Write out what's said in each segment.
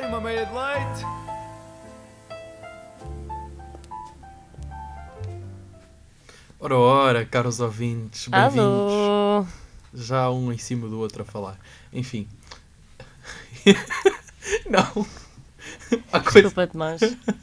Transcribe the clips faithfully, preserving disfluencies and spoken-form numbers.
uma meia de leite. Ora, ora, caros ouvintes, bem-vindos. Alô. Já um em cima do outro a falar. Enfim. Não. Há coisa... Desculpa, Tomás.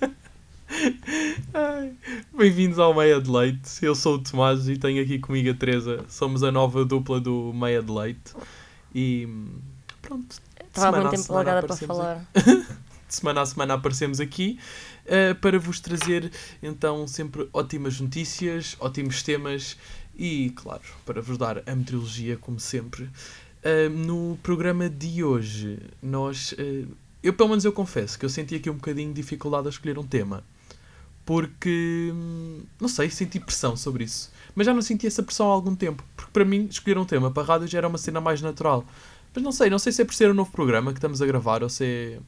Ai, bem-vindos ao Meia de Leite. Eu sou o Tomás e tenho aqui comigo a Teresa. Somos a nova dupla do Meia de Leite. E pronto. Estava há muito tempo logada para falar. De semana a semana aparecemos aqui uh, para vos trazer então sempre ótimas notícias, ótimos temas e, claro, para vos dar a meteorologia como sempre. Uh, no programa de hoje, nós... Uh, eu, pelo menos, eu confesso que eu senti aqui um bocadinho de dificuldade a escolher um tema. Porque, não sei, senti pressão sobre isso. Mas já não senti essa pressão há algum tempo. Porque para mim, escolher um tema para a rádio já era uma cena mais natural. Mas não sei, não sei se é por ser um novo programa que estamos a gravar ou se é...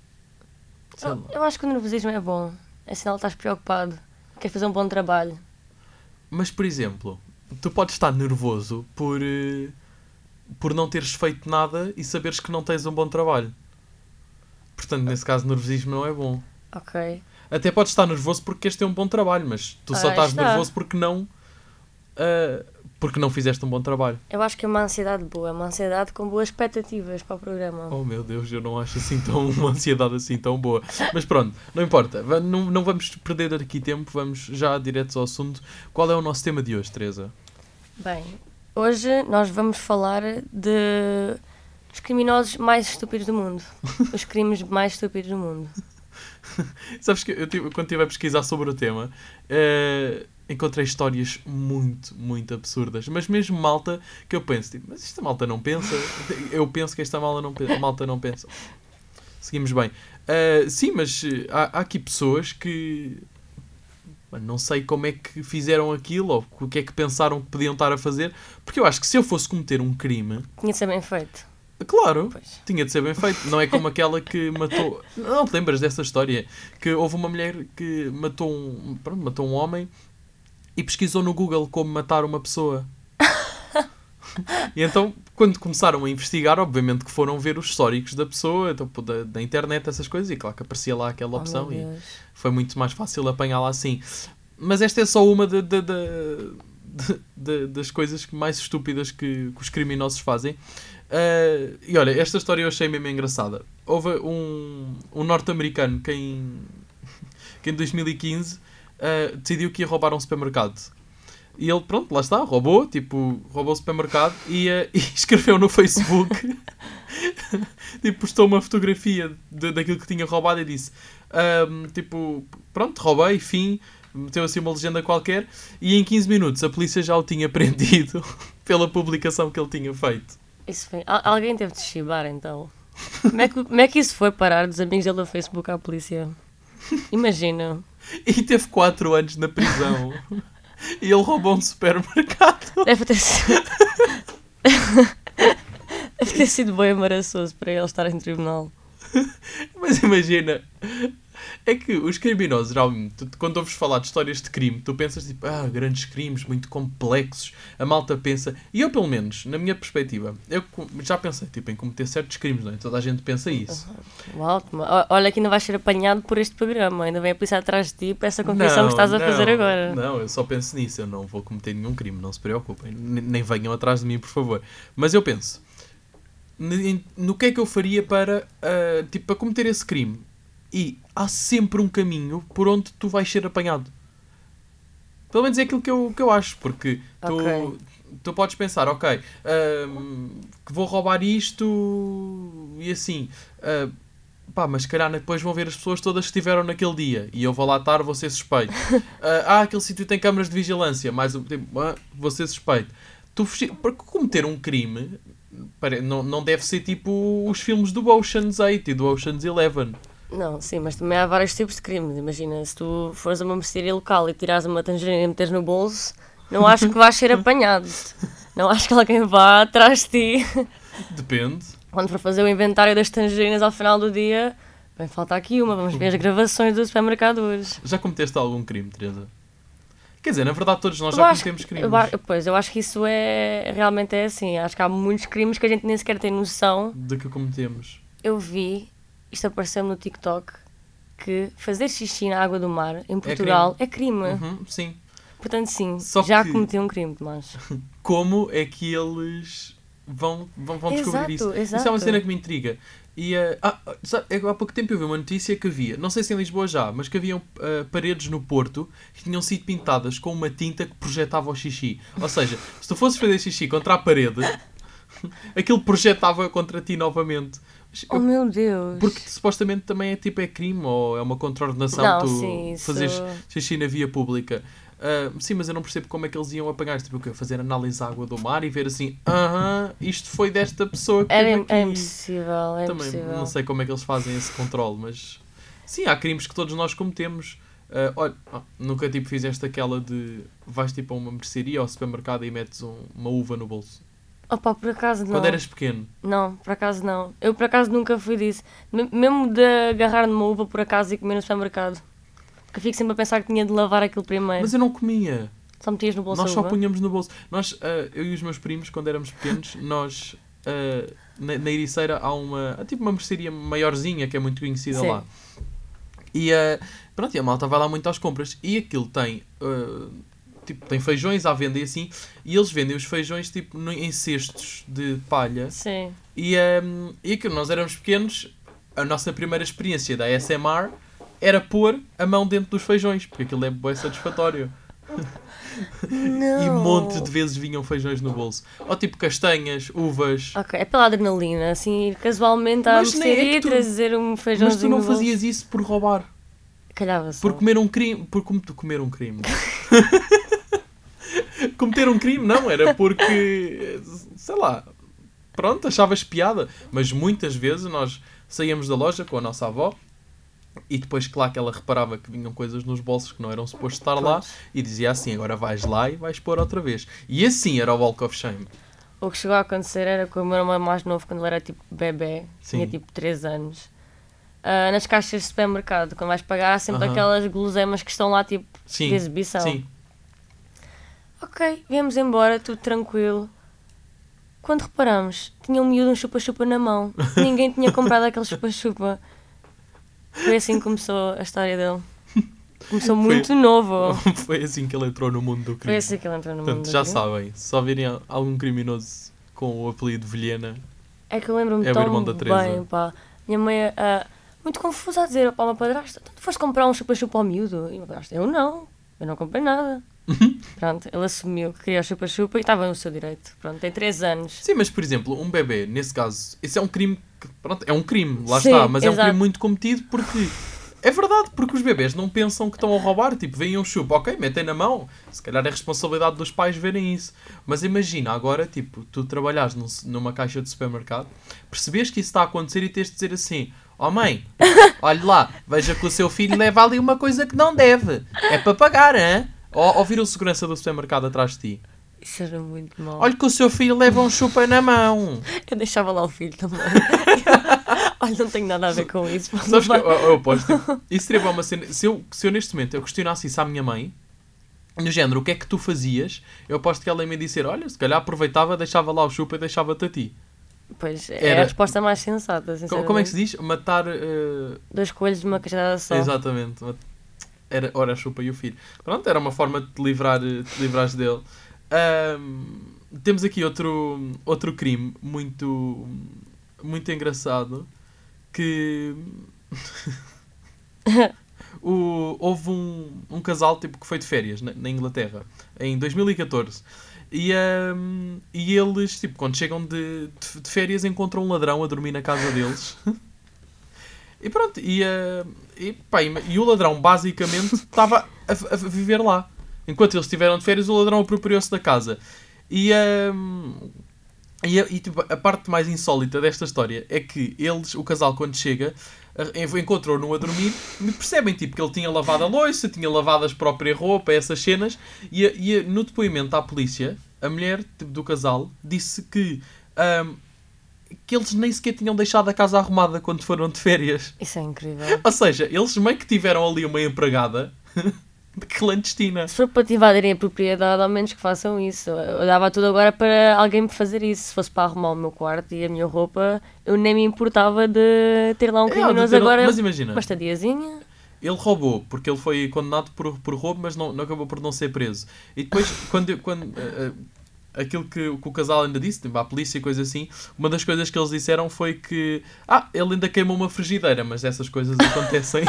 Eu, eu acho que o nervosismo é bom. É sinal que estás preocupado. Queres fazer um bom trabalho. Mas, por exemplo, tu podes estar nervoso por, uh, por não teres feito nada e saberes que não tens um bom trabalho. Portanto, nesse caso, nervosismo não é bom. Ok. Até podes estar nervoso porque queres ter um bom trabalho, mas tu só Ah, estás está. nervoso porque não, uh, porque não fizeste um bom trabalho. Eu acho que é uma ansiedade boa. É uma ansiedade com boas expectativas para o programa. Oh meu Deus, eu não acho assim tão, uma ansiedade assim tão boa. Mas pronto, não importa. Va- Não, não vamos perder aqui tempo, vamos já diretos ao assunto. Qual é o nosso tema de hoje, Teresa? Bem, hoje nós vamos falar de... os criminosos mais estúpidos do mundo. Os crimes mais estúpidos do mundo. Sabes que eu tive, quando estive a pesquisar sobre o tema, eh, encontrei histórias muito, muito absurdas. Mas mesmo malta que eu penso, tipo, mas esta malta não pensa. Eu penso que esta malta não, pe- malta não pensa. Seguimos bem. Eh, sim, mas eh, há, há aqui pessoas que... mano, não sei como é que fizeram aquilo ou o que é que pensaram que podiam estar a fazer. Porque eu acho que se eu fosse cometer um crime... Tinha de ser bem feito. Claro, Pois. tinha de ser bem feito. Não é como aquela que matou... Não te lembras dessa história? Que houve uma mulher que matou um, pronto, matou um homem e pesquisou no Google como matar uma pessoa. E então, quando começaram a investigar, obviamente que foram ver os históricos da pessoa, então, da, da internet, essas coisas, e claro que aparecia lá aquela Oh, opção meu e Deus. foi muito mais fácil apanhá-la assim. Mas esta é só uma de, de, de, de- de- das coisas mais estúpidas que, que os criminosos fazem. Uh, e olha, esta história eu achei mesmo engraçada. Houve um, um norte-americano que em, que em dois mil e quinze uh, decidiu que ia roubar um supermercado. E ele, pronto, lá está, roubou, tipo, roubou o supermercado e, uh, e escreveu no Facebook, tipo, postou uma fotografia de, daquilo que tinha roubado e disse, um, tipo, pronto, roubei, fim, meteu assim uma legenda qualquer e em quinze minutos a polícia já o tinha prendido pela publicação que ele tinha feito. Isso foi... Al- alguém teve de chibar, então. Como é, que, como é que isso foi parar dos amigos dele no Facebook à polícia? Imagina. E teve quatro anos na prisão. E ele roubou um supermercado. Deve ter sido... Deve ter sido bem embaraçoso para ele estar em tribunal. Mas imagina, é que os criminosos, geralmente, tu- quando ouves falar de histórias de crime, tu pensas tipo, ah, grandes crimes, muito complexos. A malta pensa, e eu pelo menos, na minha perspectiva, eu co- já pensei tipo, em cometer certos crimes, não é? Toda a gente pensa isso. Uau, Tomás. O- olha que ainda vais ser apanhado por este programa. Ainda vem a polícia atrás de ti para essa confissão que estás a fazer agora. Não, eu só penso nisso, eu não vou cometer nenhum crime, não se preocupem. N- nem venham atrás de mim, por favor. Mas eu penso, n- no que é que eu faria para, ah, tipo, para cometer esse crime? E há sempre um caminho por onde tu vais ser apanhado. Pelo menos é aquilo que eu, que eu acho, porque tu, Ok. tu podes pensar, ok, ahm, que vou roubar isto e assim, ah, pá, mas se calhar depois vão ver as pessoas todas que estiveram naquele dia e eu vou lá estar, vou ser suspeito. Ah, ah, aquele sítio tem câmaras de vigilância, mais um tempo, ah, vou ser suspeito. Tu, fugi- porque cometer um crime pare- não, não deve ser tipo os filmes do Ocean's oito e do Ocean's Eleven. Não, sim, mas também há vários tipos de crimes. Imagina, se tu fores a uma mercearia local e tirares uma tangerina e meteres no bolso, não acho que vais ser apanhado. Não acho que alguém vá atrás de ti. Depende. Quando for fazer o inventário das tangerinas ao final do dia, bem, falta aqui uma, vamos ver as gravações do supermercado hoje. Já cometeste algum crime, Teresa? Quer dizer, na verdade todos nós Eu já acho cometemos que- crimes. eu a- pois, eu acho que isso é, realmente é assim. Acho que há muitos crimes que a gente nem sequer tem noção. De que cometemos. Eu vi isto apareceu no TikTok, que fazer xixi na água do mar, em Portugal, é crime. É crime. Uhum, sim. Portanto, sim, Só já que... cometi um crime, Tomás. Como é que eles vão, vão, vão descobrir Exato, isso? exato. Isso é uma cena que me intriga. E, uh, ah, sabe, há pouco tempo eu vi uma notícia que havia, não sei se em Lisboa já, mas que haviam uh, paredes no Porto que tinham sido pintadas com uma tinta que projetava o xixi. Ou seja, se tu fosses fazer xixi contra a parede, aquilo projetava contra ti novamente. Oh meu Deus! Porque supostamente também é tipo é crime ou é uma contraordenação não, tu sim, isso... fazeres xixi na via pública. Uh, sim, mas eu não percebo como é que eles iam apagar. Tipo, o quê? Fazer análise à água do mar e ver assim, aham, uh-huh, isto foi desta pessoa que Era, teve aqui. É impossível, é Também impossível. não sei como é que eles fazem esse controle, mas sim, há crimes que todos nós cometemos. Uh, olha, oh, nunca tipo fizeste aquela de vais tipo a uma mercearia ou ao supermercado e metes um, uma uva no bolso. Opa, por acaso não. Quando eras pequeno? Não, por acaso não. Eu por acaso nunca fui disso. M- mesmo de agarrar numa uva por acaso e comer no supermercado. Porque fico sempre a pensar que tinha de lavar aquilo primeiro. Mas eu não comia. Só metias no bolso Nós a só uva? punhamos no bolso. Nós, uh, eu e os meus primos, quando éramos pequenos, nós uh, na, na Ericeira há uma há tipo uma mercearia maiorzinha que é muito conhecida Sim. lá. E uh, pronto, e a malta vai lá muito às compras. E aquilo tem uh, tipo, tem feijões à venda e assim. E eles vendem os feijões tipo no, em cestos de palha. Sim. E, um, e aquilo, nós éramos pequenos, a nossa primeira experiência da A S M R era pôr a mão dentro dos feijões, porque aquilo é bem satisfatório. Não. E um monte de vezes vinham feijões no bolso. Ou tipo castanhas, uvas. Ok, é pela adrenalina, assim, ir casualmente à Mas nem é que mercearia tu- trazer um Mas feijãozinho tu não no bolso. fazias isso por roubar. Calhava só. Por comer um crime. Por com- comer um crime. Cometer um crime, não. Era porque, sei lá, pronto, achavas piada. Mas muitas vezes nós saíamos da loja com a nossa avó e depois, claro, que ela reparava que vinham coisas nos bolsos que não eram supostos estar lá Pois. e dizia assim, agora vais lá e vais pôr outra vez. E assim era o Walk of Shame. O que chegou a acontecer era com o meu irmão mais novo, quando ele era tipo bebê, Sim. tinha tipo três anos. Ah, nas caixas de supermercado, quando vais pagar, há sempre Aham. aquelas guloseimas que estão lá tipo Sim, de exibição. sim. Ok, viemos embora, tudo tranquilo. Quando reparamos, tinha um miúdo um chupa-chupa na mão. Ninguém tinha comprado aquele chupa-chupa. Foi assim que começou a história dele. Começou muito Foi- novo. Foi assim que ele entrou no mundo do Foi crime. assim que ele entrou no Portanto, mundo. já do crime. sabem, se só virem algum criminoso com o apelido Vilhena, É que eu lembro-me É o tão irmão da Teresa. bem, pá. Minha mãe, ah, muito confusa a dizer, pá, uma padrasta, tu foste comprar um chupa-chupa ao miúdo? E uma padrasta, eu não, eu não comprei nada. Pronto, ele assumiu que queria o chupa-chupa e estava no seu direito. Pronto, tem três anos. sim, mas por exemplo, um bebê, nesse caso, isso é um crime que, pronto, é um crime, lá Sim, está, mas é um exato. crime muito cometido porque é verdade, porque os bebés não pensam que estão a roubar, tipo, veem um chupa, ok, metem na mão, se calhar é responsabilidade dos pais verem isso, mas imagina agora, tipo, tu trabalhares num, numa caixa de supermercado, percebes que isso está a acontecer e tens de dizer assim, ó mãe, olhe lá, veja que o seu filho leva ali uma coisa que não deve, é para pagar, hein? Ou, ou vir o segurança do supermercado atrás de ti. Isso era muito mal. Olha que o seu filho leva um chupa na mão. Eu deixava lá o filho também. Olha, não tenho nada a ver com isso. mas Sabes que vai- eu, eu aposto, tipo, isso seria uma cena. Se eu, se eu neste momento eu questionasse isso à minha mãe, no género, o que é que tu fazias? Eu aposto que ela ia me dizer: olha, se calhar aproveitava, deixava lá o chupa e deixava-te a ti. Pois, é Era- a resposta mais sensata, Co- sinceramente. Como é que se diz? Matar. eh, Dois coelhos de uma cajadada só. Exatamente. mat- Era, ora, a chupa e o filho. Pronto, era uma forma de te livrar, eh, te livrares dele. Ahm, temos aqui outro, outro crime muito, muito engraçado que o, houve um, um casal tipo, que foi de férias na, na Inglaterra em dois mil e catorze e, ahm, e eles tipo, quando chegam de, de, de férias encontram um ladrão a dormir na casa deles e pronto e, ah, e, pá, e, e o ladrão basicamente estava a, a viver lá enquanto eles estiveram de férias. O ladrão apropriou-se da casa e, ahm, e, a- e, tipo, a parte mais insólita desta história é que eles, o casal, quando chega, a- encontrou-no a dormir, e percebem tipo, que ele tinha lavado a louça, tinha lavado a própria roupa, essas cenas, e, a- e a- no depoimento à polícia, a mulher tipo, do casal disse que, ahm, que eles nem sequer tinham deixado a casa arrumada quando foram de férias. Isso é incrível. Ou seja, eles meio que tiveram ali uma empregada clandestina. Se for para te invadirem a propriedade, ao menos que façam isso. Eu dava tudo agora para alguém me fazer isso. Se fosse para arrumar o meu quarto e a minha roupa, eu nem me importava de ter lá um É, de criminoso ter um- agora. Mas imagina, Uma estadiazinha. ele roubou, porque ele foi condenado por, por roubo, mas não, não acabou por não ser preso. E depois, quando, quando uh, uh, aquilo que, que o casal ainda disse, tipo, à polícia e coisa assim, uma das coisas que eles disseram foi que ah, ele ainda queimou uma frigideira, mas essas coisas acontecem.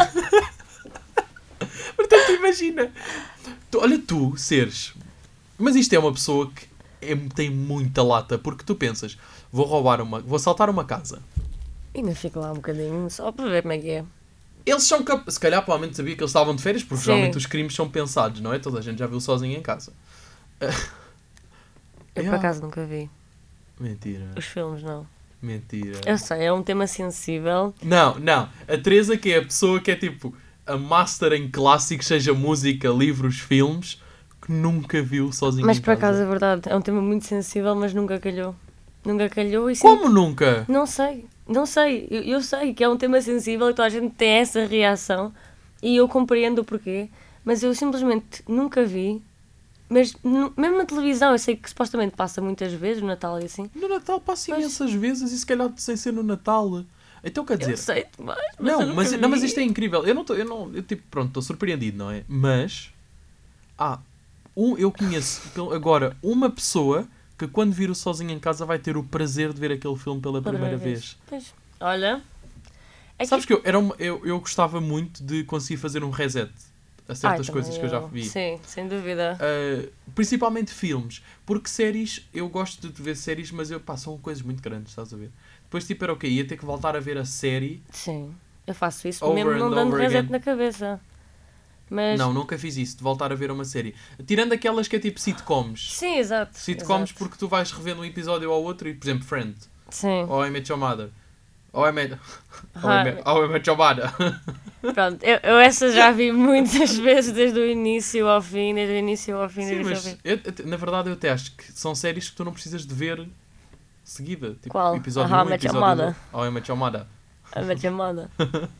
Portanto, imagina, tu, olha tu seres, mas isto é uma pessoa que é, tem muita lata, porque tu pensas, vou roubar uma, vou assaltar uma casa. Ainda fico lá um bocadinho, só para ver como é que é. Eles são capazes, se calhar provavelmente sabia que eles estavam de férias, porque Sim. geralmente os crimes são pensados, não é? Toda a gente já viu sozinho em casa. Eu por Yeah. acaso nunca vi. Mentira, Os filmes, não. mentira. Eu sei, é um tema sensível. Não, não. A Teresa que é a pessoa que é tipo a master em clássicos, seja música, livros, filmes, que nunca viu sozinho Mas em por casa. acaso é verdade, é um tema muito sensível, mas nunca calhou. Nunca calhou e sempre... Como nunca? Não sei, não sei. Eu, eu sei que é um tema sensível e toda a gente tem essa reação e eu compreendo o porquê, mas eu simplesmente nunca vi. Mas nu- mesmo na televisão, eu sei que supostamente passa muitas vezes no Natal e assim. No Natal passa Mas- imensas vezes e se calhar sem ser no Natal. Então quer dizer... Eu sei demais, mas eu Não, nunca mas, vi. não, mas isto é incrível. Eu não estou, eu não, eu tipo, pronto, estou surpreendido, não é? Mas há um, eu conheço pelo- agora uma pessoa que quando vir o Sozinho em Casa vai ter o prazer de ver aquele filme pela Pela primeira primeira vez. Pois. Olha, é que... Sabes que eu, era uma, eu, eu gostava muito de conseguir fazer um reset a certas Ai, coisas também que eu já eu. vi. Sim, sem dúvida. Uh, principalmente filmes. Porque séries, eu gosto de ver séries, mas eu, pá, são coisas muito grandes, estás a ver? Depois tipo era o quê? Ia ter que voltar a ver a série. Sim, eu faço isso Over mesmo não and dando over reset again. na cabeça. Mas... Não, nunca fiz isso, de voltar a ver uma série. Tirando aquelas que é tipo sitcoms. Sim, exato. Sitcoms exato. porque tu vais revendo um episódio ao outro e, por exemplo, Friends. Sim. Ou I Met Your Mother. Ou I Met... Ou Ah, I Met, ou I Met Your Mother. Pronto, eu, eu essa já vi muitas vezes desde o início ao fim, desde o início ao fim, Sim, desde o mas início ao fim. eu, eu- na verdade eu até acho que são séries que tu não precisas de ver seguida. Tipo, Qual? episódio Ah, How I um, Met Your episódio Mother. dois. Ou I Met Your Mother. A minha chamada.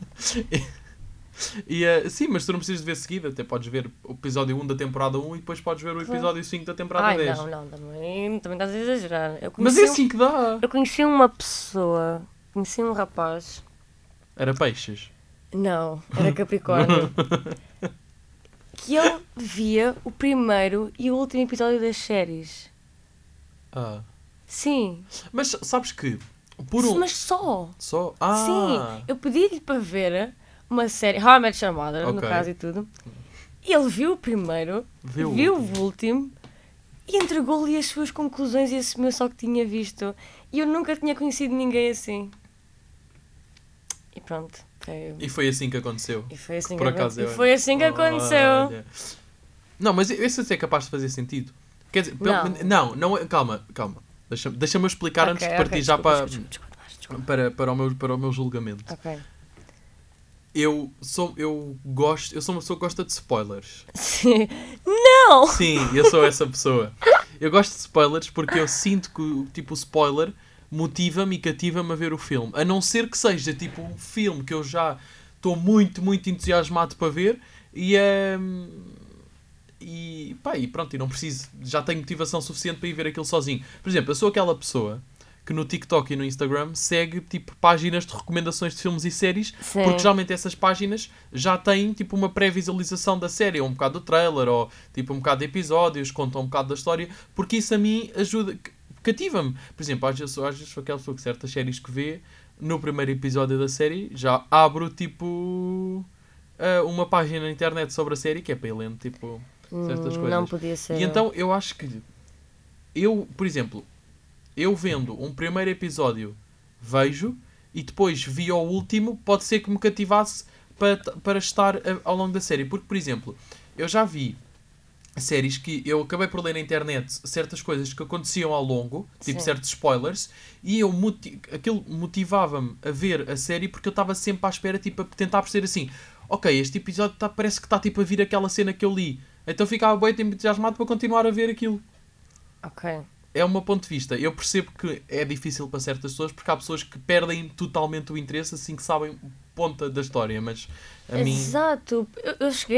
E, eh, sim, mas tu não precisas de ver seguida. Até podes ver o episódio um da temporada um e depois podes ver o Claro. episódio cinco da temporada Ai, dez. não, não, também, também estás a exagerar. Eu Mas conheci, é um- assim que dá. eu conheci uma pessoa, conheci um rapaz, Era peixes. não, era Capricórnio, que ele via o primeiro e o último episódio das séries. Ah. Sim, Mas sabes que por um... mas só. Só? Ah. Sim, eu pedi-lhe para ver uma série, How I Met Your Mother, no Ok. caso e tudo. E ele viu o primeiro, Viu o viu último. o último e entregou-lhe as suas conclusões e assumiu só que tinha visto. E eu nunca tinha conhecido ninguém assim. E pronto. Foi, E foi assim que aconteceu. e foi assim, Por que, acaso, aconte- eu- e foi assim que aconteceu. Olha. Não, mas esse até é capaz de fazer sentido. Quer dizer, pelo- Não. não, não é- calma, calma. Deixa- Deixa-me eu explicar antes Ok, de ok, partir já desculpa, para, desculpa, desculpa, desculpa. para, para, o meu, para o meu julgamento. Ok. Eu sou, eu gosto, eu sou uma pessoa que gosta de spoilers. Sim. Não! Sim, eu sou essa pessoa. Eu gosto de spoilers porque eu sinto que o tipo o spoiler motiva-me e cativa-me a ver o filme. A não ser que seja tipo um filme que eu já estou muito, muito entusiasmado para ver e, ehm, e, pá, e pronto, e não preciso, já tenho motivação suficiente para ir ver aquilo sozinho. Por exemplo, eu sou aquela pessoa que no TikTok e no Instagram segue tipo páginas de recomendações de filmes e séries, Sim. porque geralmente essas páginas já têm tipo uma pré-visualização da série, ou um bocado do trailer, ou tipo um bocado de episódios, contam um bocado da história, porque isso a mim ajuda, c- cativa-me. Por exemplo, às vezes, sou- às vezes sou aquela pessoa que certas séries que vê, no primeiro episódio da série, já abro tipo ah, uma página na internet sobre a série, que é para ir lendo tipo certas Hum, coisas. Não podia ser. E então eu acho que eu, por exemplo, eu vendo um primeiro episódio, vejo, e depois vi ao último, pode ser que me cativasse para, para estar a- ao longo da série. Porque, por exemplo, eu já vi séries que eu acabei por ler na internet certas coisas que aconteciam ao longo, tipo Sim. certos spoilers, e eu moti- aquilo motivava-me a ver a série porque eu estava sempre à espera, tipo, a tentar perceber assim, ok, este episódio tá, parece que está tipo a vir aquela cena que eu li. Então ficava bem entusiasmado para continuar a ver aquilo. Ok. É o meu ponto de vista. Eu percebo que é difícil para certas pessoas porque há pessoas que perdem totalmente o interesse assim que sabem ponta da história, mas a mim... Exato. Eu, eu cheguei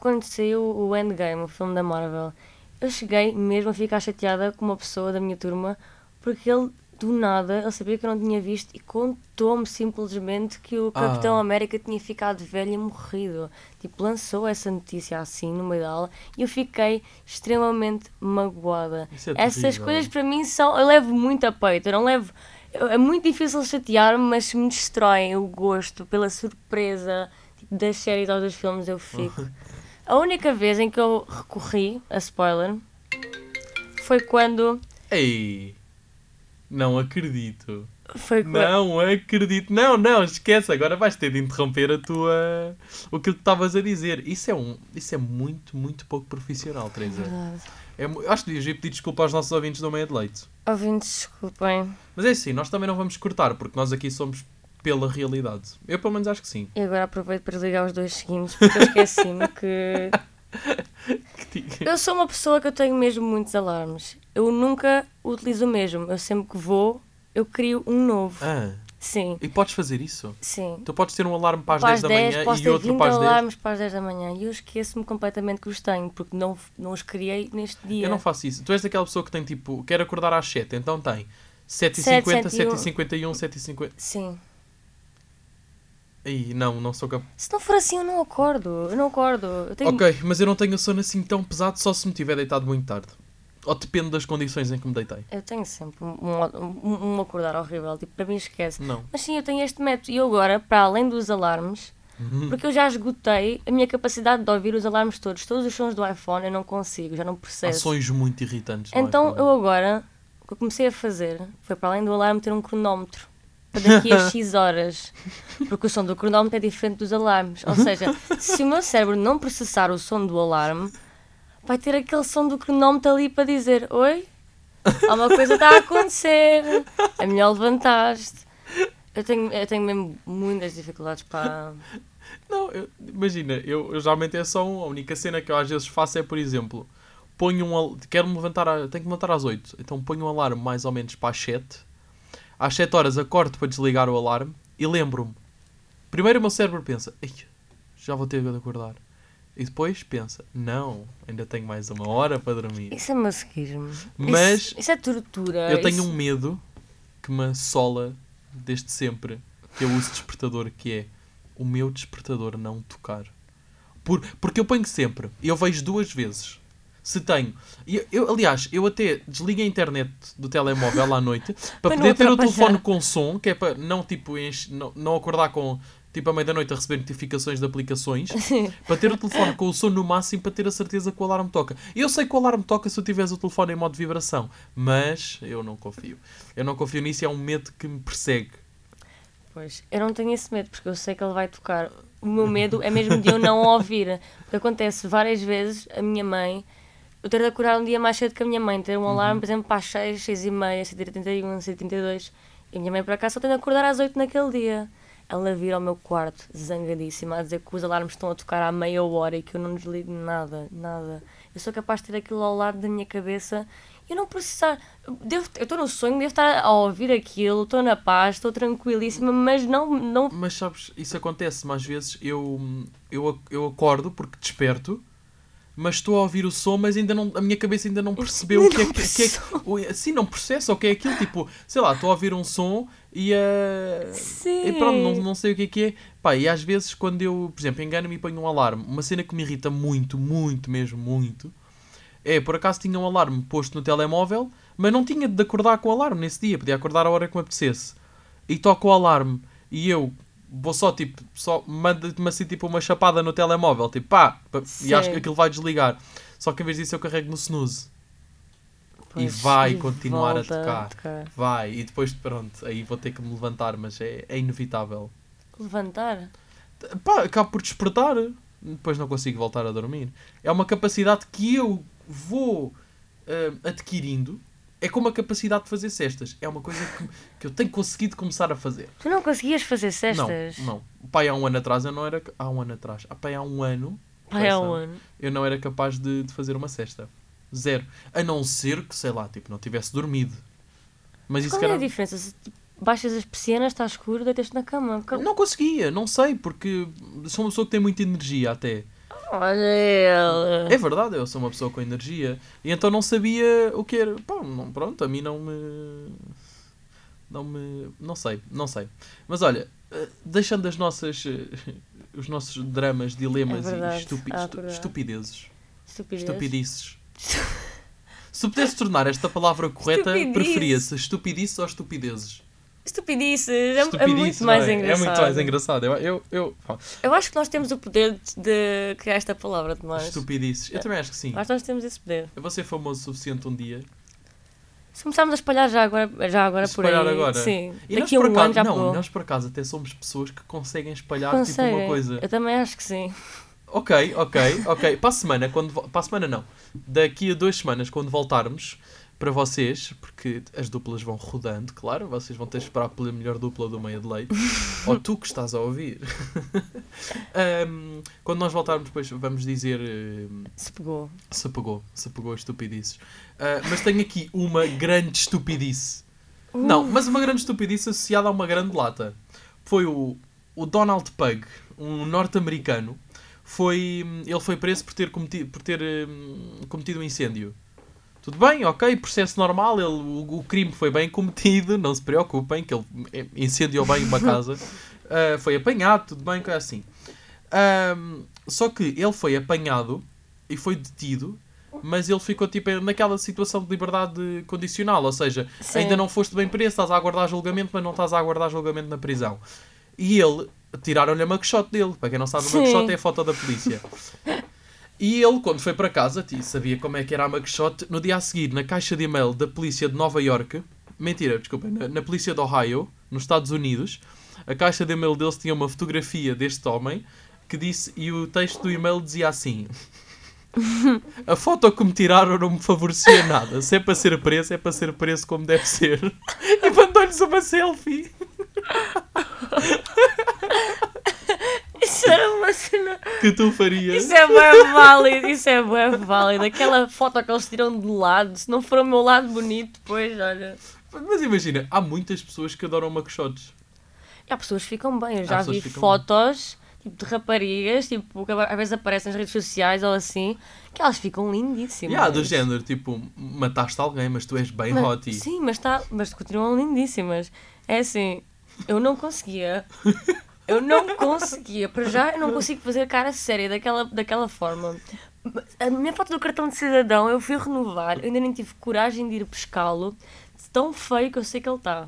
quando saiu o Endgame, o filme da Marvel, eu cheguei mesmo a ficar chateada com uma pessoa da minha turma, porque ele, do nada, ele sabia que eu não tinha visto e contou-me simplesmente que o Capitão Ah. América tinha ficado velho e morrido. Tipo, lançou essa notícia assim no meio da aula e eu fiquei extremamente magoada. Isso é Essas terrível. coisas para mim são... Eu levo muito a peito, eu não levo... eu- É muito difícil chatear-me, mas se me destroem o gosto pela surpresa tipo, das séries ou dos filmes, eu fico. A única vez em que eu recorri a spoiler foi quando... Ei, não acredito. Foi quando... Não acredito. Não, não, esquece. Agora vais ter de interromper a tua... o que tu estavas a dizer. Isso é, um... Isso é muito, muito pouco profissional, Teresa. Verdade. É... mu- Acho que devias ir pedir desculpa aos nossos ouvintes do Meio de Leite. Ouvintes, desculpem. Mas é assim, nós também não vamos cortar, porque nós aqui somos pela realidade. Eu pelo menos acho que sim. E agora aproveito para desligar os dois seguintes, porque eu esqueci-me que... Eu sou uma pessoa que eu tenho mesmo muitos alarmes. Eu nunca utilizo o mesmo. Eu sempre que vou, eu crio um novo. Ah, Sim, e podes fazer isso? sim. Tu podes ter um alarme para as Para dez as da dez, manhã posso e ter outro vinte para as dez. alarmes para as dez da manhã e eu esqueço-me completamente que os tenho, porque não, não os criei neste dia. Eu não faço isso. Tu és daquela pessoa que tem tipo, quer acordar às sete, então tem sete e sete, cinquenta, sete e um. sete e cinquenta e um, sete e cinquenta. Sim. Aí, não, não sou capaz. Se não for assim, eu não acordo. Eu não acordo. Eu tenho... Ok, mas eu não tenho sono assim tão pesado só se me tiver deitado muito tarde. Ou depende das condições em que me deitei. Eu tenho sempre um, um, um acordar horrível. Tipo, para mim esquece. Não. Mas sim, eu tenho este método. E eu agora, para além dos alarmes, Uhum. porque eu já esgotei a minha capacidade de ouvir os alarmes todos. Todos os sons do iPhone eu não consigo, já não Há processo. sons muito irritantes. no Então iPhone. eu agora, o que eu comecei a fazer foi para além do alarme ter um cronómetro. Para daqui a X horas. Porque o som do cronómetro é diferente dos alarmes. Ou seja, se o meu cérebro não processar o som do alarme, vai ter aquele som do cronómetro ali para dizer: oi, há uma coisa que está a acontecer, é melhor levantar-te. Eu tenho, eu tenho mesmo muitas dificuldades para... Não, eu- imagina, eu, eu geralmente é só um, a única cena que eu às vezes faço é, por exemplo, ponho um, al- quero-me levantar, a- tenho que me levantar às oito, então ponho um alarme mais ou menos para as sete. Às sete horas acordo para desligar o alarme e lembro-me. Primeiro o meu cérebro pensa, "Ei, já vou ter de acordar." E depois pensa, não, ainda tenho mais uma hora para dormir. Isso é masoquismo. Mas Isso, isso é tortura. eu tenho Isso- um medo que me assola desde sempre, que eu uso despertador, que é o meu despertador não tocar. Por, porque eu ponho sempre, eu vejo duas vezes. Se tenho. Eu, eu, aliás, eu até desligo a internet do telemóvel à noite para Para não poder ter o atrapalhar. telefone com som, que é para não, tipo, enche, não, não acordar com tipo à meia-noite a receber notificações de aplicações, para ter o telefone com o som no máximo para ter a certeza que o alarme toca. Eu sei que o alarme toca se eu tiveres o telefone em modo de vibração, mas eu não confio. Eu não confio nisso e é um medo que me persegue. Pois, eu não tenho esse medo, porque eu sei que ele vai tocar. O meu medo é mesmo de eu não ouvir. Porque acontece várias vezes, a minha mãe... Eu ter de acordar um dia mais cedo que a minha mãe, ter um alarme, por exemplo, para as seis, seis e meia, sete e trinta e um, sete e trinta e dois. E a minha mãe, por acaso, só tem de acordar às oito naquele dia. Ela vira ao meu quarto, zangadíssima, a dizer que os alarmes estão a tocar há meia hora e que eu não desligo nada, nada. Eu sou capaz de ter aquilo ao lado da minha cabeça e eu não processar. Devo, eu estou no sonho, devo estar a ouvir aquilo, estou na paz, estou tranquilíssima, mas não... não... Mas sabes, isso acontece-me às vezes. Eu, eu, eu acordo porque desperto, mas estou a ouvir o som, mas ainda não, a minha cabeça ainda não percebeu o que é que, que é que- assim, não processa o que é aquilo. Tipo, sei lá, estou a ouvir um som e, uh, Sim. e pronto, não, não sei o que é que é. Pá, e às vezes quando eu, por exemplo, engano-me e ponho um alarme, uma cena que me irrita muito, muito, mesmo muito, é, por acaso tinha um alarme posto no telemóvel, mas não tinha de acordar com o alarme nesse dia, podia acordar a hora que me apetecesse. E toco o alarme e eu vou só, tipo, só mando-me assim, tipo, uma chapada no telemóvel, tipo, pá, pá, e Sim. acho que aquilo vai desligar. Só que em vez disso eu carrego no snooze. E Pois, vai e continuar a volta tocar. a tocar. Vai, e depois, pronto, aí vou ter que me levantar, mas é, é inevitável. Levantar? Pá, acabo por despertar, depois não consigo voltar a dormir. É uma capacidade que eu vou ah, adquirindo. É como a capacidade de fazer cestas. É uma coisa que, que eu tenho conseguido começar a fazer. Tu não conseguias fazer cestas? Não, não. Pai, há um ano atrás eu não era... Há um ano atrás. Ah, pai, há um ano... Pai, há Essa- um ano. eu não era capaz de, de fazer uma cesta. Zero. A não ser que, sei lá, tipo, não tivesse dormido. Mas isso Qual que é a era... diferença? Se tipo, baixas as persianas, está escuro, deitas na cama. Cal- Não conseguia, não sei, porque sou uma pessoa que tem muita energia até. Olha ele. É verdade, eu sou uma pessoa com energia. E então não sabia o que era. Pá, não, pronto, a mim não me... Não me... Não sei, não sei. Mas olha, eh, deixando as nossas... eh, os nossos dramas, dilemas É verdade. e estupi... Ah, estu- verdade. estupidezes. Estupidez. Estupidices. Se pudesse tornar esta palavra correta, Estupidice. preferia-se estupidices ou estupidezes? Estupidices. É, é muito Estupidices, mais não é? engraçado. É muito mais engraçado. Eu, eu, eu... pá, Eu acho que nós temos o poder de, de criar esta palavra, Tomás. Estupidices. Eu também acho que sim. Acho que nós temos esse poder. Eu vou ser famoso o suficiente um dia. Se começarmos a espalhar já agora, já agora por aí. Espalhar agora. Sim. E Daqui nós a por um acaso, ano já não, pegou. nós por acaso até somos pessoas que conseguem espalhar tipo Conseguem. uma coisa. Eu também acho que sim. Ok, ok, ok. Para a semana, quando vo- para a semana não. Daqui a duas semanas, quando voltarmos para vocês, porque as duplas vão rodando, claro, vocês vão ter de esperar pela melhor dupla do meio de leite. Ou tu que estás a ouvir. Ahm, quando nós voltarmos, depois vamos dizer ahm, Se pegou. se pegou, se pegou as estupidices. Ah, mas tenho aqui uma grande estupidice. Não, mas uma grande estupidice associada a uma grande lata. Foi o, o Donald Pug, um norte-americano. Foi, ele foi preso por ter cometido, por ter, hum, cometido um incêndio. Tudo bem, ok, processo normal, ele, o, o crime foi bem cometido, não se preocupem, que ele incendiou bem uma casa. Ah, foi apanhado, tudo bem, coisa assim. Ahm, só que ele foi apanhado e foi detido, mas ele ficou tipo naquela situação de liberdade condicional, ou seja, Sim. ainda não foste bem preso, estás a aguardar julgamento, mas não estás a aguardar julgamento na prisão. E ele, tiraram-lhe a mugshot dele, para quem não sabe, a Sim. mugshot é a foto da polícia. E ele, quando foi para casa, t- sabia como é que era a mugshot, no dia a seguir, na caixa de e-mail da polícia de Nova York, mentira, desculpem, na, na polícia de Ohio, nos Estados Unidos, a caixa de e-mail deles tinha uma fotografia deste homem, que disse, e o texto do e-mail dizia assim: a foto que me tiraram não me favorecia nada, se é para ser preso, é para ser preso como deve ser. E mandou-lhes uma selfie. Isso era uma cena. Que tu farias. Isso é bem válido. Isso é bem válido. Aquela foto que eles tiram de lado. Se não for o meu lado bonito, depois, olha. Mas imagina, há muitas pessoas que adoram mugshots. E há pessoas que ficam bem. Eu Há já pessoas vi que ficam fotos tipo, de raparigas, tipo, que às vezes aparecem nas redes sociais ou assim, que elas ficam lindíssimas. E há do género, tipo, mataste alguém, mas tu és bem Mas- hot. Sim, mas, tá, mas continuam lindíssimas. É assim, eu não conseguia. Eu não conseguia. Para já, eu não consigo fazer cara séria daquela, daquela forma. A minha foto do cartão de cidadão, eu fui renovar, eu ainda nem tive coragem de ir pescá-lo. De tão feio que eu sei que ele está.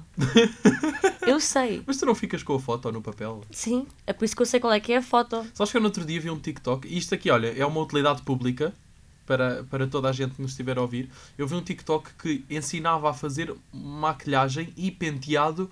Eu sei. Mas tu não ficas com a foto no papel? Sim, é por isso que eu sei qual é que é a foto. Sabes que eu no outro dia vi um TikTok, e isto aqui, olha, é uma utilidade pública para, para toda a gente que nos estiver a ouvir. Eu vi um TikTok que ensinava a fazer maquilhagem e penteado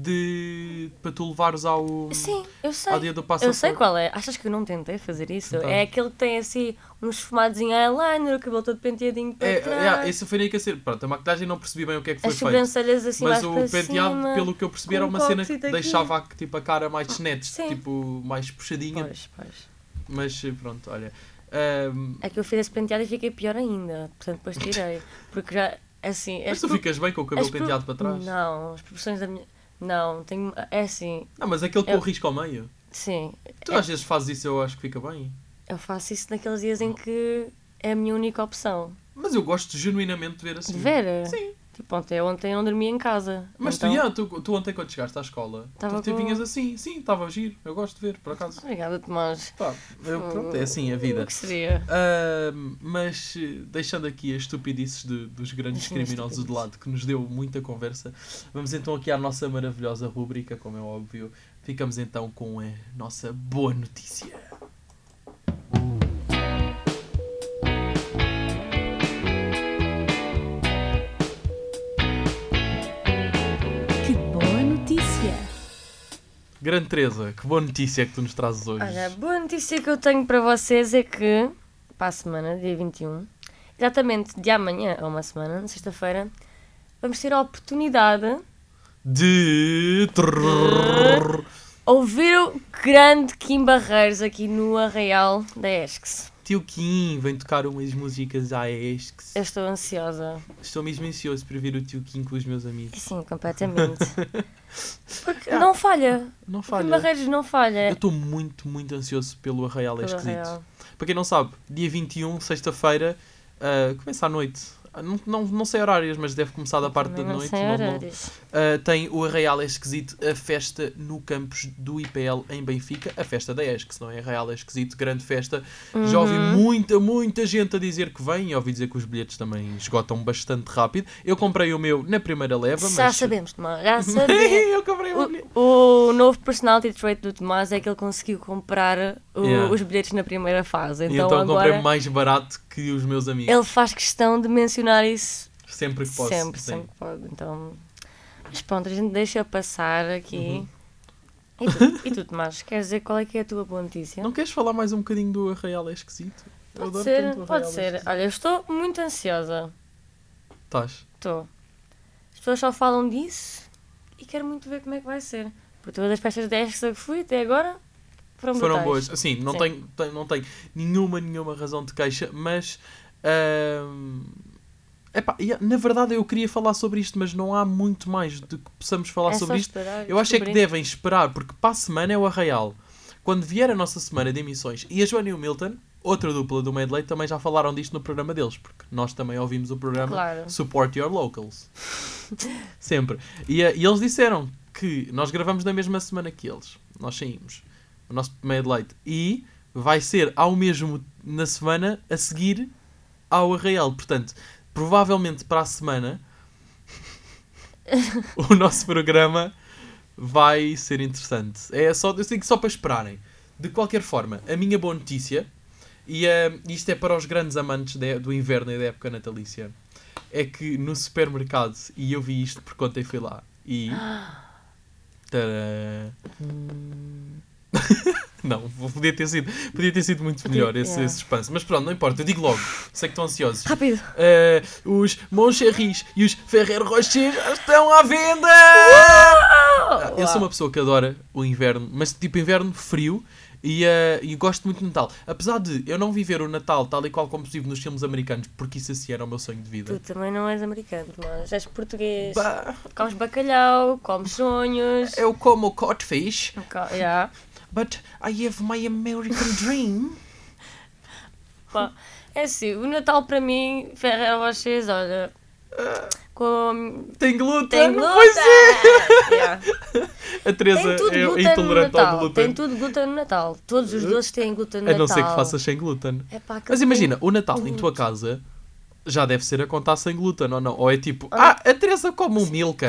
de para tu levares ao, Sim, eu sei. ao dia do Eu passaporte. sei qual é. Achas que eu não tentei fazer isso? Então. É aquele que tem assim uns esfumados em eyeliner, o cabelo todo penteadinho para É, trás. é, esse foi nem que a ser. Pronto, a maquilhagem não percebi bem o que é que foi As feito. sobrancelhas assim Mas mais o para penteado, cima. pelo que eu percebi, com era um uma cena que coquezito aqui. deixava a, tipo, a cara mais snatched, Sim. tipo, mais puxadinha. Pois, pois. Mas pronto, olha. ahm, É que eu fiz esse penteado e fiquei pior ainda. Portanto, depois tirei. Porque já, assim... mas as tu pro- ficas bem com o cabelo as pro- penteado para trás? Não, as proporções da minha... Não, tenho... É assim, Não, mas aquele com Eu- o risco ao meio. sim. Tu É- às vezes fazes isso, eu acho que fica bem. Eu faço isso naqueles dias em que é a minha única opção. Mas eu gosto genuinamente de ver assim. De ver? Sim. Tipo, ontem, ontem eu não dormia em casa. Mas então... tu, yeah, tu, tu ontem quando chegaste à escola, Tava tu te com- vinhas assim. Sim, estava a giro. Eu gosto de ver, por acaso. Obrigada, Tomás. Pá, eu, pronto, é assim a O vida. que seria? Ahm, mas eh, deixando aqui as estupidices de- dos grandes Sim, as criminosos de estupidices. lado, que nos deu muita conversa, vamos então aqui à nossa maravilhosa rúbrica, como é óbvio. Ficamos então com a nossa boa notícia. Que boa notícia! Grande Teresa, que boa notícia que tu nos trazes hoje. Olha, a boa notícia que eu tenho para vocês é que, para a semana, dia vinte e um, exatamente de amanhã a uma semana, na sexta-feira, vamos ter a oportunidade De... ouvir o grande Kim Barreiros aqui no Arraial da E S C S. Tio Kim vem tocar umas músicas à Esques. Eu estou ansiosa. Estou mesmo ansioso para ver o Tio Kim com os meus amigos. Sim, completamente. Porque não falha. Não O falha. Barreiros não falha. Eu estou muito, muito ansioso pelo Arraial é Pelo Esquisito. Arraial. Para quem não sabe, dia vinte e um, sexta-feira, uh, começa à noite. Não, não, não sei horários, mas deve começar da parte da Também não noite. sei não- não- horários. Uh, tem o Arraial é Esquisito, a festa no campus do I P L em Benfica, a festa da Esques, não é? Arraial é Esquisito, grande festa. Já ouvi Uhum. muita, muita gente a dizer que vem, e ouvi dizer que os bilhetes também esgotam bastante rápido. Eu comprei o meu na primeira leva, Já mas... sabemos, Tomás, já sabemos. Eu comprei o meu bilhete. O, o novo personality trait do Tomás é que ele conseguiu comprar o- Yeah. os bilhetes na primeira fase. E Então, então comprei agora mais barato que os meus amigos. ele faz questão de mencionar isso Sempre que posso. sempre, sim. sempre que pode. Então, mas pronto, a gente deixa passar aqui. Uhum. E, tu, e tu, Tomás, queres dizer qual é que é a tua boa notícia? Não queres falar mais um bocadinho do Arraial é Esquisito? Eu Pode adoro ser, tanto o pode Arraial é ser. Esquisito. Olha, eu estou muito ansiosa. Estás? Estou. As pessoas só falam disso e quero muito ver como é que vai ser. Por todas as festas de Esques que fui até agora foram Foram brutais. boas. Assim, não Sim. tenho, tenho- não tenho nenhuma, nenhuma razão de queixa, mas... ahm, epá, e, na verdade eu queria falar sobre isto, mas não há muito mais de que possamos falar É só sobre isto. esperar e Eu acho é que descobrir. devem esperar, porque para a semana é o Arraial. Quando vier a nossa semana de emissões, e a Joana e o Milton, outra dupla do Medley, também já falaram disto no programa deles, porque nós também ouvimos o programa Claro. Support Your Locals. Sempre. E, eh, e eles disseram que nós gravamos na mesma semana que eles. Nós saímos. O nosso Medley. E vai ser ao mesmo na semana a seguir ao Arraial. Portanto, provavelmente para a semana o nosso programa vai ser interessante. É só, eu sei que só para esperarem. De qualquer forma, a minha boa notícia, e eh, isto é para os grandes amantes de- do inverno e da época natalícia, é que no supermercado, e eu vi isto porque ontem fui lá, e... Tadã. Não, podia ter sido, podia ter sido muito Podia- melhor esse, yeah. esse suspense. Mas pronto, não importa, eu digo logo. Sei que estão ansiosos. Rápido! Eh, os Moncherris e os Ferrero Rocher já estão à venda! Ah, eu sou uma pessoa que adora o inverno, mas tipo inverno frio, e, eh, e gosto muito de Natal. Apesar de eu não viver o Natal tal e qual como vivo nos filmes americanos, porque isso assim era o meu sonho de vida. Tu também não és americano, mas és português. Bah, Comes bacalhau, comes sonhos. eu como codfish, Co- yeah. but I have my American dream. Pá, é assim, o Natal para mim, Ferreira Rochers, olha, com... Tem glúten, tem glúten! pois é! Yeah. A Teresa Tem tudo é glúten no intolerante ao Natal. glúten. Tem tudo glúten no Natal. Todos os doces têm glúten no A Natal. não ser que faças sem glúten. Epá, que Mas imagina, o Natal em muito. tua casa já deve ser a contar sem glúten, ou não? Ou é tipo, Olha- ah, a Teresa come um Milka.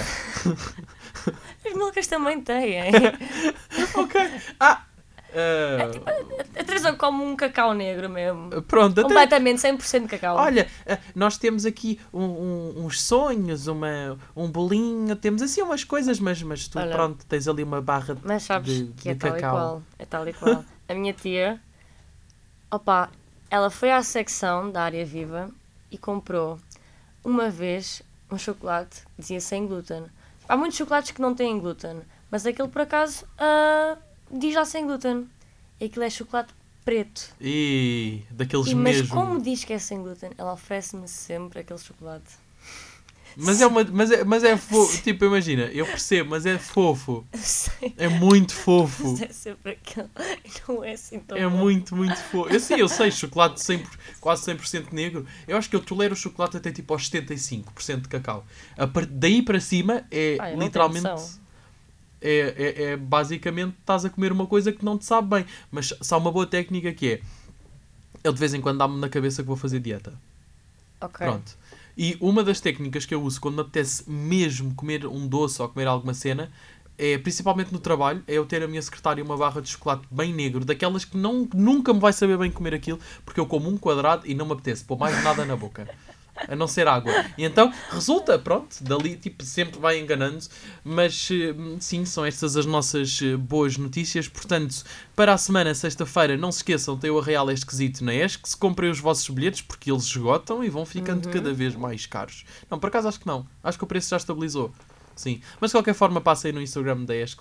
As milcas também têm. Ok. Ah, ah, A Teresa come um cacau negro mesmo. pronto, até... Completamente, cem por cento cacau. Olha, ah, nós temos aqui um- um- uns sonhos, uma, um bolinho, temos assim umas coisas, mas, mas tu, Olha. pronto, tens ali uma barra de, Mas sabes de, que é de tal cacau. e qual. É tal e qual. A minha tia, opa, ela foi à secção da área viva e comprou uma vez um chocolate que dizia sem glúten. Há muitos chocolates que não têm glúten, mas aquele por acaso ah, diz lá sem glúten. E aquilo é chocolate preto. E daqueles E, mas mesmo. como diz que é sem glúten, ela oferece-me sempre aquele chocolate. Mas é uma, mas é, mas é fofo, tipo, imagina, eu percebo, mas é fofo. Eu sei, É muito fofo. mas é sempre aquele. Não é assim tão É bom. muito, muito fofo. Eu sei, eu sei, chocolate cem por- quase cem por cento negro. Eu acho que eu tolero o chocolate até tipo aos setenta e cinco por cento de cacau. A par- daí para cima é Ah, eu não literalmente. tenho noção. É, é, é basicamente estás a comer uma coisa que não te sabe bem. Mas se há uma boa técnica que é. Eu de vez em quando dá-me na cabeça que vou fazer dieta. Ok. Pronto. E uma das técnicas que eu uso quando me apetece mesmo comer um doce ou comer alguma cena, é, principalmente no trabalho, é eu ter a minha secretária uma barra de chocolate bem negro, daquelas que não, nunca me vai saber bem comer aquilo, porque eu como um quadrado e não me apetece pôr mais nada na boca. A não ser água. E então, resulta, pronto, dali tipo sempre vai enganando, mas eh, sim, são estas as nossas eh, boas notícias. Portanto, para a semana, sexta-feira, não se esqueçam, tem o Arraial é Esquisito na ESC, se comprem os vossos bilhetes, porque eles esgotam e vão ficando Uhum. cada vez mais caros. Não, por acaso acho que não, acho que o preço já estabilizou. Sim, mas de qualquer forma passem no Instagram da ESC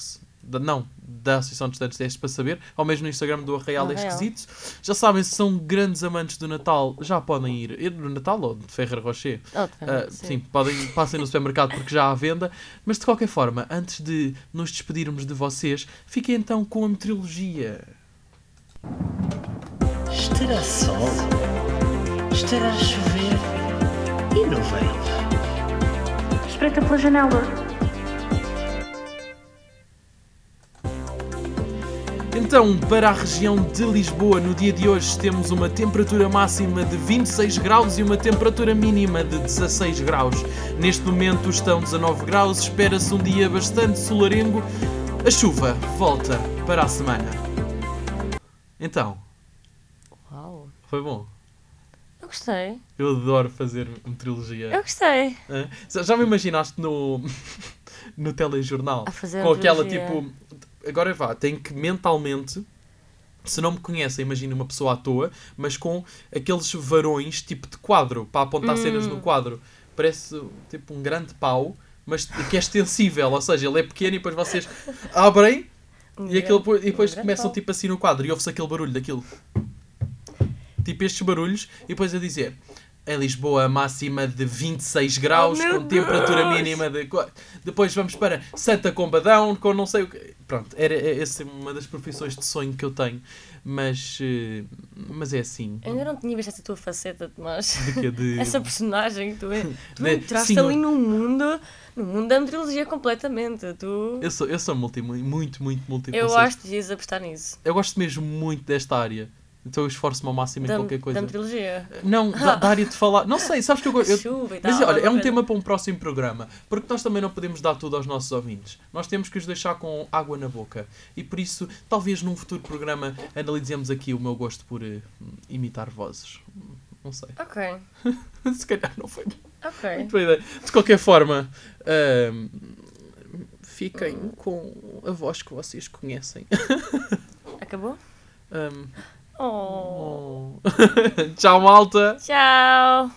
da, não, da Associação de Estudantes Testes para saber, ou mesmo no Instagram do Arraial Do é Arraial. Esquisitos. Já sabem, se são grandes amantes do Natal, já podem ir. Ir no Natal ou de Ferrer Rocher. Oh, tá, Ah, sim, podem, passem no supermercado porque já há venda. Mas de qualquer forma, antes de nos despedirmos de vocês, fiquem então com a meteorologia. Estará sol? Estará a chover? E não veio? Espreita pela janela. Então, para a região de Lisboa, no dia de hoje temos uma temperatura máxima de vinte e seis graus e uma temperatura mínima de dezasseis graus. Neste momento estão dezanove graus, espera-se um dia bastante solarengo. A chuva volta para a semana. Então, Uau. foi bom. Eu gostei. Eu adoro fazer meteorologia. Eu gostei. Hã? Já já me imaginaste no, no telejornal? A fazer Com aquela meteorologia. tipo... Agora vá, tem que mentalmente... Se não me conhecem, imagina uma pessoa à toa, mas com aqueles varões tipo de quadro, para apontar Hum. cenas no quadro. Parece tipo um grande pau, mas que é extensível, ou seja, ele é pequeno e depois vocês abrem Um e, aquilo, grande- e depois um grande começam pau. tipo assim no quadro e ouve-se aquele barulho daquilo. Tipo estes barulhos e depois a dizer... Em Lisboa, máxima de vinte e seis graus, Oh, meu com temperatura Deus! mínima de... qua- Depois vamos para Santa Combadão, com não sei o que... Pronto, era é essa uma das profissões de sonho que eu tenho. Mas, eh, mas é assim. Eu ainda não tinha visto essa tua faceta, Tomás. De que de... Essa personagem que tu, tu De- entraste sim, ali eu- no mundo, no mundo da meteorologia completamente. Tu... Eu sou, eu sou multi, muito, muito multi. Eu acho que devias apostar nisso. Eu gosto mesmo muito desta área. Então eu esforço-me ao máximo em Da, qualquer coisa. da meteorologia. Não, da, da área de falar. Não sei, sabes que eu gosto. eu- Chuva e Mas tal, olha, é um coisa. tema para um próximo programa. Porque nós também não podemos dar tudo aos nossos ouvintes. Nós temos que os deixar com água na boca. E por isso, talvez num futuro programa analisemos aqui o meu gosto por eh, imitar vozes. Não sei. Ok, Se calhar não foi ok. muito boa ideia. De qualquer forma, ahm, fiquem com a voz que vocês conhecem. Acabou? Ahm, Oh. oh. Tchau, malta! Tchau!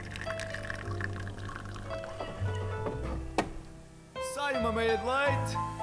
Sai uma meia de leite.